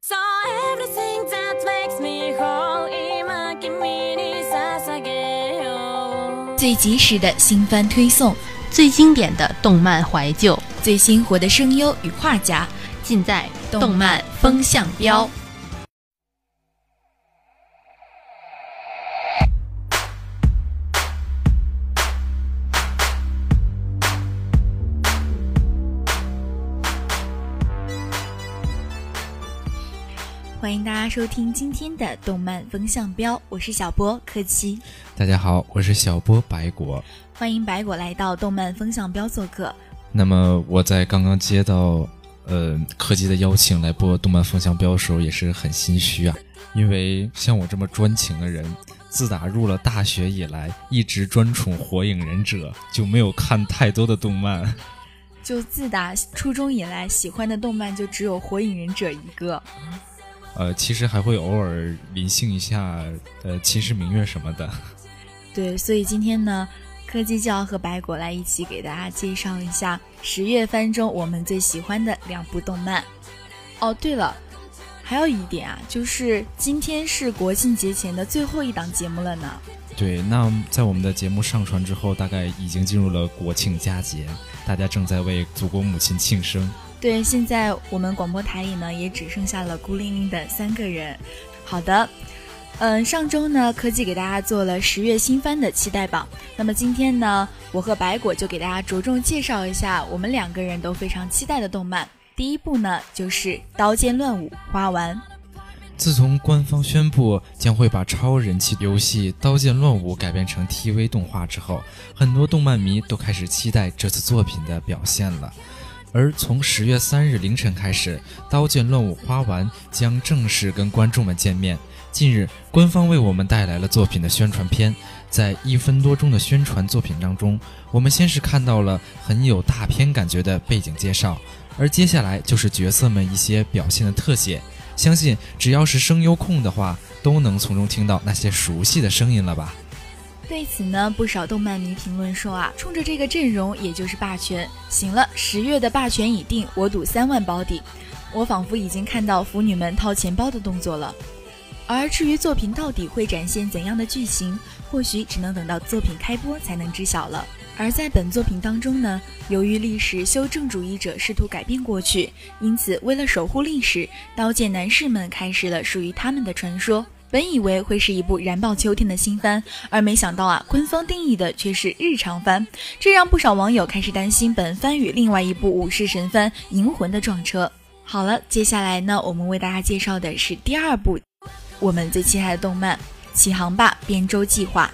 So everything that makes me whole 今君に捧げよう。 最及时的新番推送， 最经典的动漫怀旧， 最鲜活的声优与画家， 尽在动漫风向标。 欢迎大家收听今天的动漫风向标，我是小波柯基。 大家好，我是小波白果。 欢迎白果来到动漫风向标做客。 那么我在刚刚接到柯基的邀请来播动漫风向标的时候也是很心虚啊，因为像我这么专情的人，自打入了大学以来一直专宠火影忍者，就没有看太多的动漫。 就自打初中以来喜欢的动漫就只有火影忍者一个。 其实还会偶尔临幸一下秦时明月什么的。 对，所以今天呢，柯基就要和白果来一起给大家介绍一下10月番中我们最喜欢的2部动漫。哦，对了，还有一点啊，就是今天是国庆节前的最后一档节目了呢。 对，那在我们的节目上传之后，大概已经进入了国庆佳节，大家正在为祖国母亲庆生。 对，现在我们广播台里呢也只剩下了孤零零的3个人。好的，上周呢科技给大家做了10月新番的期待榜，那么今天呢我和白果就给大家着重介绍一下我们2个人都非常期待的动漫。第一部呢就是《刀剑乱舞》花丸。 自从官方宣布将会把超人气游戏《刀剑乱舞》改编成 TV 动画之后，很多动漫迷都开始期待这次作品的表现了。而从10月3日凌晨开始，《刀剑乱舞》花丸将正式跟观众们见面。近日，官方为我们带来了作品的宣传片，在1分多钟的宣传作品当中，我们先是看到了很有大片感觉的背景介绍，而接下来就是角色们一些表现的特写。相信只要是声优控的话，都能从中听到那些熟悉的声音了吧。 对此呢，不少动漫迷评论说啊，冲着这个阵容，也就是霸权，行了，10月的霸权已定，我赌3万保底。我仿佛已经看到腐女们掏钱包的动作了。而至于作品到底会展现怎样的剧情，或许只能等到作品开播才能知晓了。而在本作品当中呢，由于历史修正主义者试图改变过去，因此为了守护历史，刀剑男士们开始了属于他们的传说。本以为会是一部燃爆秋天的新番，而没想到啊，官方定义的却是日常番，这让不少网友开始担心本番与另外一部武士神番《银魂》的撞车。好了，接下来呢，我们为大家介绍的是第2部我们最期待的动漫《启航吧编舟计划》。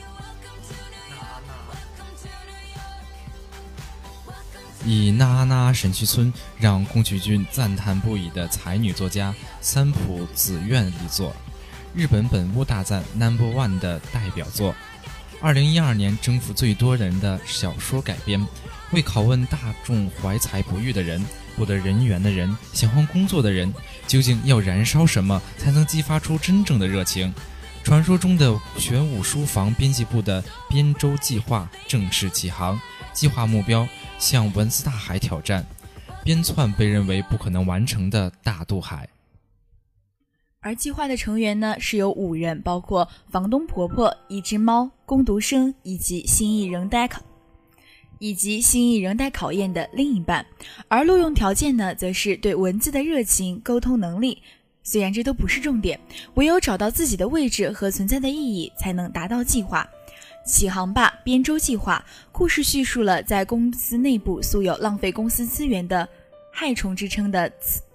以娜娜神曲村让宫崎骏赞叹不已的才女作家三浦紫苑力作，日本本屋大赞 No.1 的代表作，2012年征服最多人的小说改编，为拷问大众怀才不遇的人、不得人缘的人、想换工作的人，究竟要燃烧什么才能激发出真正的热情？传说中的玄武书房编辑部的编舟计划正式起航，计划目标向文斯大海挑战，编纂被认为不可能完成的大渡海。 而计划的成员呢是有5人，包括房东婆婆、一只猫、工读生以及心意仍待考验的另一半。而录用条件呢，则是对文字的热情、沟通能力。虽然这都不是重点，唯有找到自己的位置和存在的意义，才能达到计划。启航吧编舟计划故事叙述了在公司内部素有浪费公司资源的害虫之称的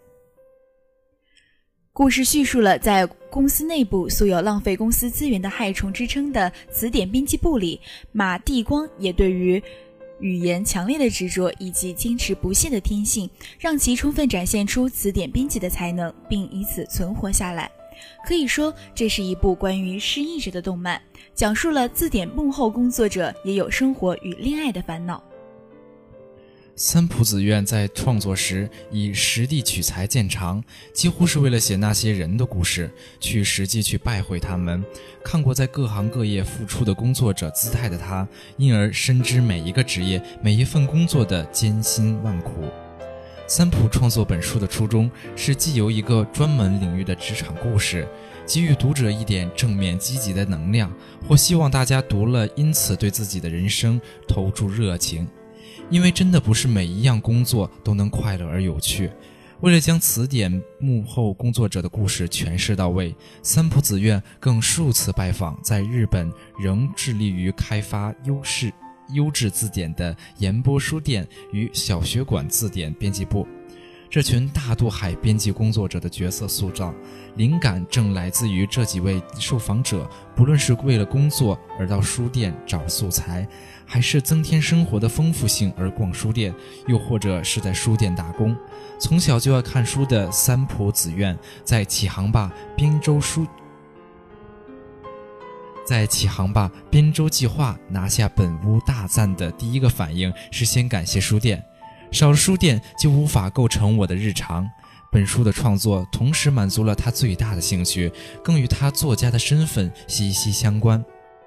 词典编辑部里，马地光也对于语言强烈的执着以及坚持不懈的天性，让其充分展现出词典编辑的才能，并以此存活下来。可以说，这是一部关于失意者的动漫，讲述了字典幕后工作者也有生活与恋爱的烦恼。 三浦紫苑在创作时以实地取材见长，几乎是为了写那些人的故事，实际去拜会他们。看过在各行各业付出的工作者姿态的他，因而深知每一个职业、每一份工作的艰辛万苦。 三浦创作本书的初衷是既有一个专门领域的职场故事，给予读者一点正面积极的能量，或希望大家读了因此对自己的人生投注热情。因为真的不是每一样工作都能快乐而有趣。为了将词典幕后工作者的故事诠释到位，三浦子苑更数次拜访在日本仍致力于开发优质字典的岩波书店与小学馆字典编辑部。这群大渡海编辑工作者的角色塑造灵感正来自于这几位受访者，不论是为了工作而到书店找素材，还是增添生活的丰富性而逛书店，又或者是在书店打工。从小就要看书的三浦子苑在启航吧编舟计划拿下本屋大赞的第一个反应是先感谢书店，少了书店就无法构成我的日常。本书的创作同时满足了他最大的兴趣，更与他作家的身份息息相关。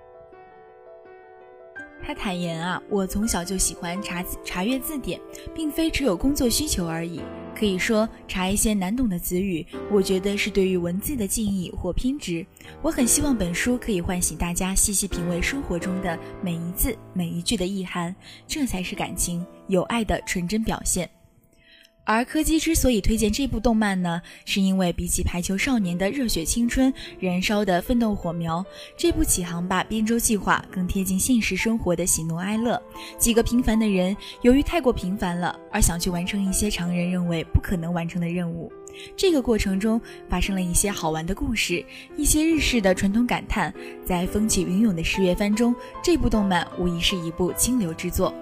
他坦言我从小就喜欢查阅字典，并非只有工作需求而已。可以说，查一些难懂的词语，我觉得是对于文字的敬意或偏执。我很希望本书可以唤醒大家细细品味生活中的每一字每一句的意涵，这才是感情有爱的纯真表现。而柯基之所以推荐这部动漫呢，是因为比起排球少年的热血青春、燃烧的奋斗火苗，这部启航吧编舟计划更贴近现实生活的喜怒哀乐。几个平凡的人由于太过平凡了，而想去完成一些常人认为不可能完成的任务。这个过程中发生了一些好玩的故事，一些日式的传统感叹。在风起云涌的10月番中，这部动漫无疑是一部清流之作。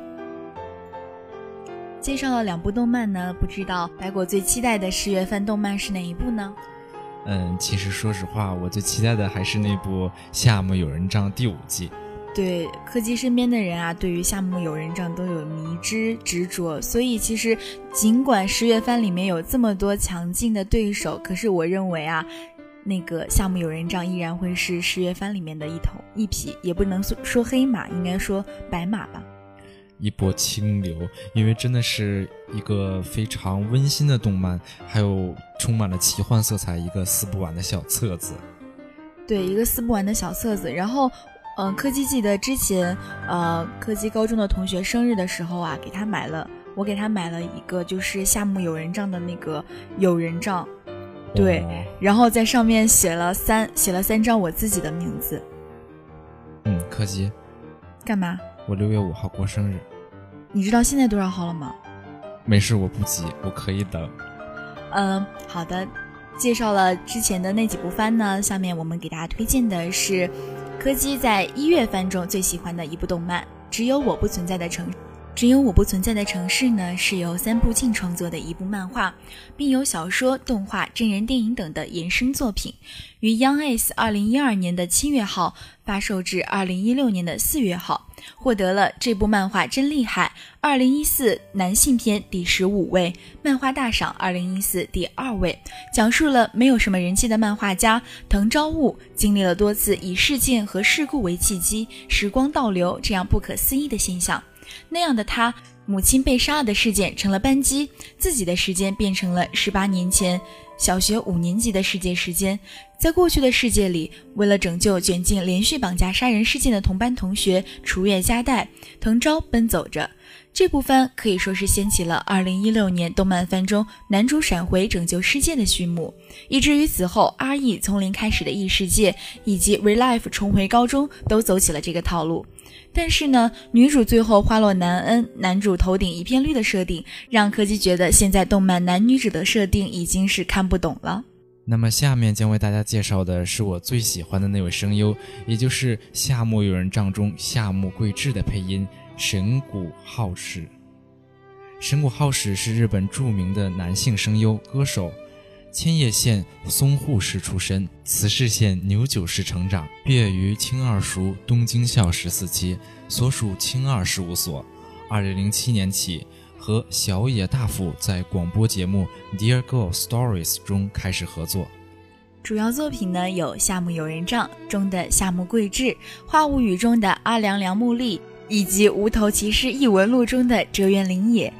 介绍了2部动漫呢，不知道白果最期待的10月番动漫是哪一部呢？ 其实说实话，我最期待的还是那部《夏目友人帐》第5季。 对，柯基身边的人对于夏目友人帐都有迷之执着，所以其实尽管10月番里面有这么多强劲的对手，可是我认为那个夏目友人帐依然会是10月番里面的一匹，也不能说黑马，应该说白马吧。 一波清流，因为真的是一个非常温馨的动漫，还有充满了奇幻色彩，一个撕不完的小册子。 对，一个撕不完的小册子。然后柯基记得之前柯基高中的同学生日的时候我给他买了一个就是夏目友人帐的那个友人帐。对，然后在上面写了3张我自己的名字。 柯基干嘛？ 我6月5号过生日。 你知道现在多少号了吗？ 没事，我不急，我可以等。 好的。介绍了之前的那几部番呢，下面我们给大家推荐的是柯基在1月番中最喜欢的一部动漫《只有我不存在的城市》呢，是由三部庆创作的一部漫画，并有小说、动画、真人电影等的衍生作品，于 Young Ace 2012年的7月号发售至2016年的4月号，获得了这部漫画真厉害2014男性篇第15位，漫画大赏2014第2位，讲述了没有什么人气的漫画家藤昭悟经历了多次以事件和事故为契机，时光倒流这样不可思议的现象。那样的他，母亲被杀了的事件成了扳机，自己的时间变成了18年前小学5年级的世界时间。在过去的世界里，为了拯救卷进连续绑架杀人事件的同班同学除越加代，藤昭奔走着。这部番可以说是掀起了2016年动漫番中男主闪回拯救世界的序幕，以至于此后 RE 从零开始的异世界以及 Relife 重回高中都走起了这个套路。但是呢，女主最后花落难恩，男主头顶一片绿的设定，让柯基觉得现在动漫男女主的设定已经是看不懂了。 那么下面将为大家介绍的是我最喜欢的那位声优，也就是夏目友人帐中夏目贵志的配音神谷浩史。神谷浩史是日本著名的男性声优歌手，千叶县松户市出身，茨市县牛久市成长，毕业于青二塾东京校14期，所属青二事务所。2007年起和小野大辅在广播节目 Dear Girl Stories 中开始合作。 主要作品呢有夏目友人帐中的夏目贵志、花物语中的阿良良木利，以及无头骑士异闻录中的折原绫野。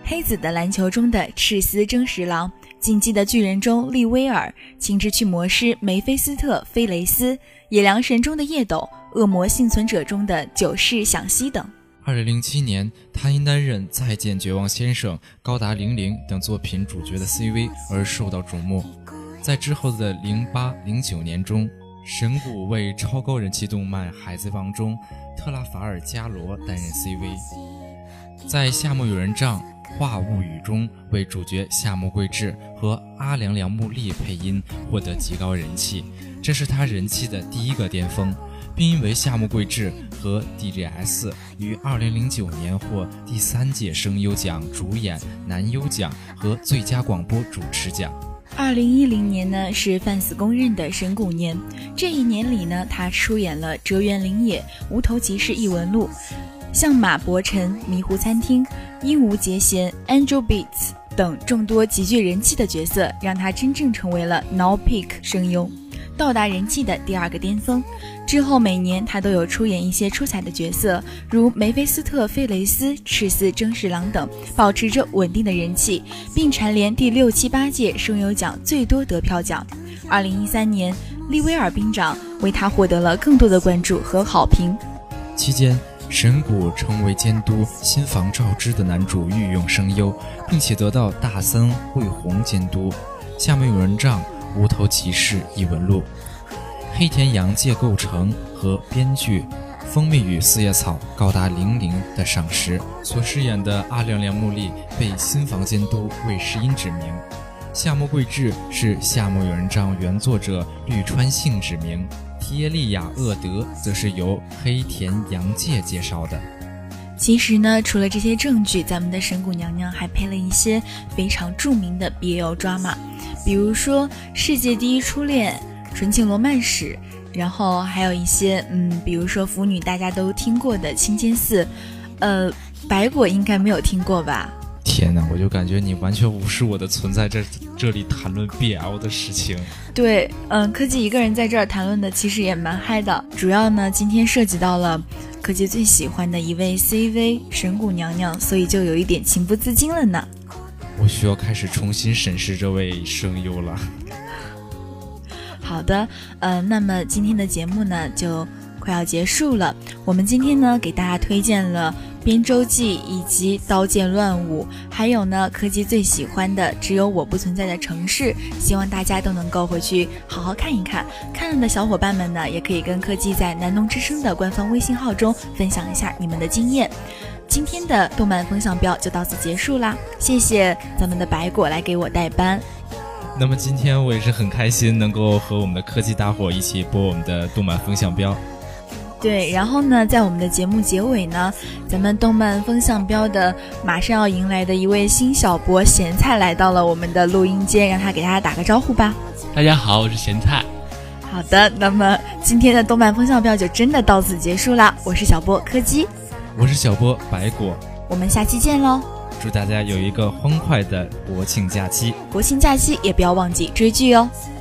黑子的篮球中的赤丝真十郎，进击的巨人中利威尔，青之驱魔师梅菲斯特菲雷斯，野良神中的叶斗，恶魔幸存者中的久世响希等。 2007年，他因担任《再见绝望先生》、《高达00》等作品主角的 CV 而受到瞩目。在之后的08、09年中，神谷为超高人气动漫《海贼王》中特拉法尔加罗担任 CV， 在《夏目友人帐话物语》中为主角夏目贵志和阿良良木利配音，获得极高人气，这是他人气的第一个巅峰，并因为夏目贵志和 DJS 于2009年获第3届声优奖主演男优奖和最佳广播主持奖。 2010年呢是fans公认的神谷年，这一年里呢，他出演了折原绫野、无头骑士异闻录、相马博臣、迷糊餐厅、鹦鹉结弦、Angel Beats 等众多极具人气的角色，让他真正成为了 Now Peak 声优，到达人气的第2个巅峰。之后每年他都有出演一些出彩的角色，如梅菲斯特菲雷斯、赤丝真十郎等，保持着稳定的人气，并蝉联第6、7、8届声优奖最多得票奖。2013年，利威尔兵长为他获得了更多的关注和好评。 期间，神谷成为监督新房照之的男主御用声优，并且得到大森惠弘监督夏目友人帐无头骑士异闻录、黑田洋介构成和编剧蜂蜜与四叶草高达00的赏识，所饰演的阿良良木利被新房监督为世音指名，夏目贵志是夏目友人帐原作者绿川幸指名，提耶利亚厄德则是由黑田洋介介绍的。 其实呢，除了这些证据，咱们的神谷娘娘还配了一些非常著名的 BL drama， 比如说《世界第一初恋》、《纯情罗曼史》，然后还有一些比如说腐女大家都听过的《青间寺》，白果应该没有听过吧？ 天哪，我就感觉你完全无视我的存在，这里谈论 BL 的事情。 对，科技一个人在这儿谈论的其实也蛮嗨的，主要呢今天涉及到了科技最喜欢的一位 CV 神谷娘娘，所以就有一点情不自禁了呢。 我需要开始重新审视这位声优了。 好的，那么今天的节目呢就快要结束了。我们今天呢给大家推荐了《编舟记》以及《刀剑乱舞》，还有呢科技最喜欢的《只有我不存在的城市》，希望大家都能够回去好好看一看。看了的小伙伴们呢，也可以跟科技在南农之声的官方微信号中分享一下你们的经验。今天的动漫风向标就到此结束啦，谢谢咱们的白果来给我代班。 那么今天我也是很开心能够和我们的科技大伙一起播我们的动漫风向标。 对，然后呢在我们的节目结尾呢，咱们动漫风向标的马上要迎来的一位新小博咸菜来到了我们的录音间，让他给大家打个招呼吧。 大家好，我是咸菜。 好的，那么今天的动漫风向标就真的到此结束啦。我是小波柯基， 我是小波白果， 我们下期见喽。 祝大家有一个欢快的国庆假期， 国庆假期也不要忘记追剧哦。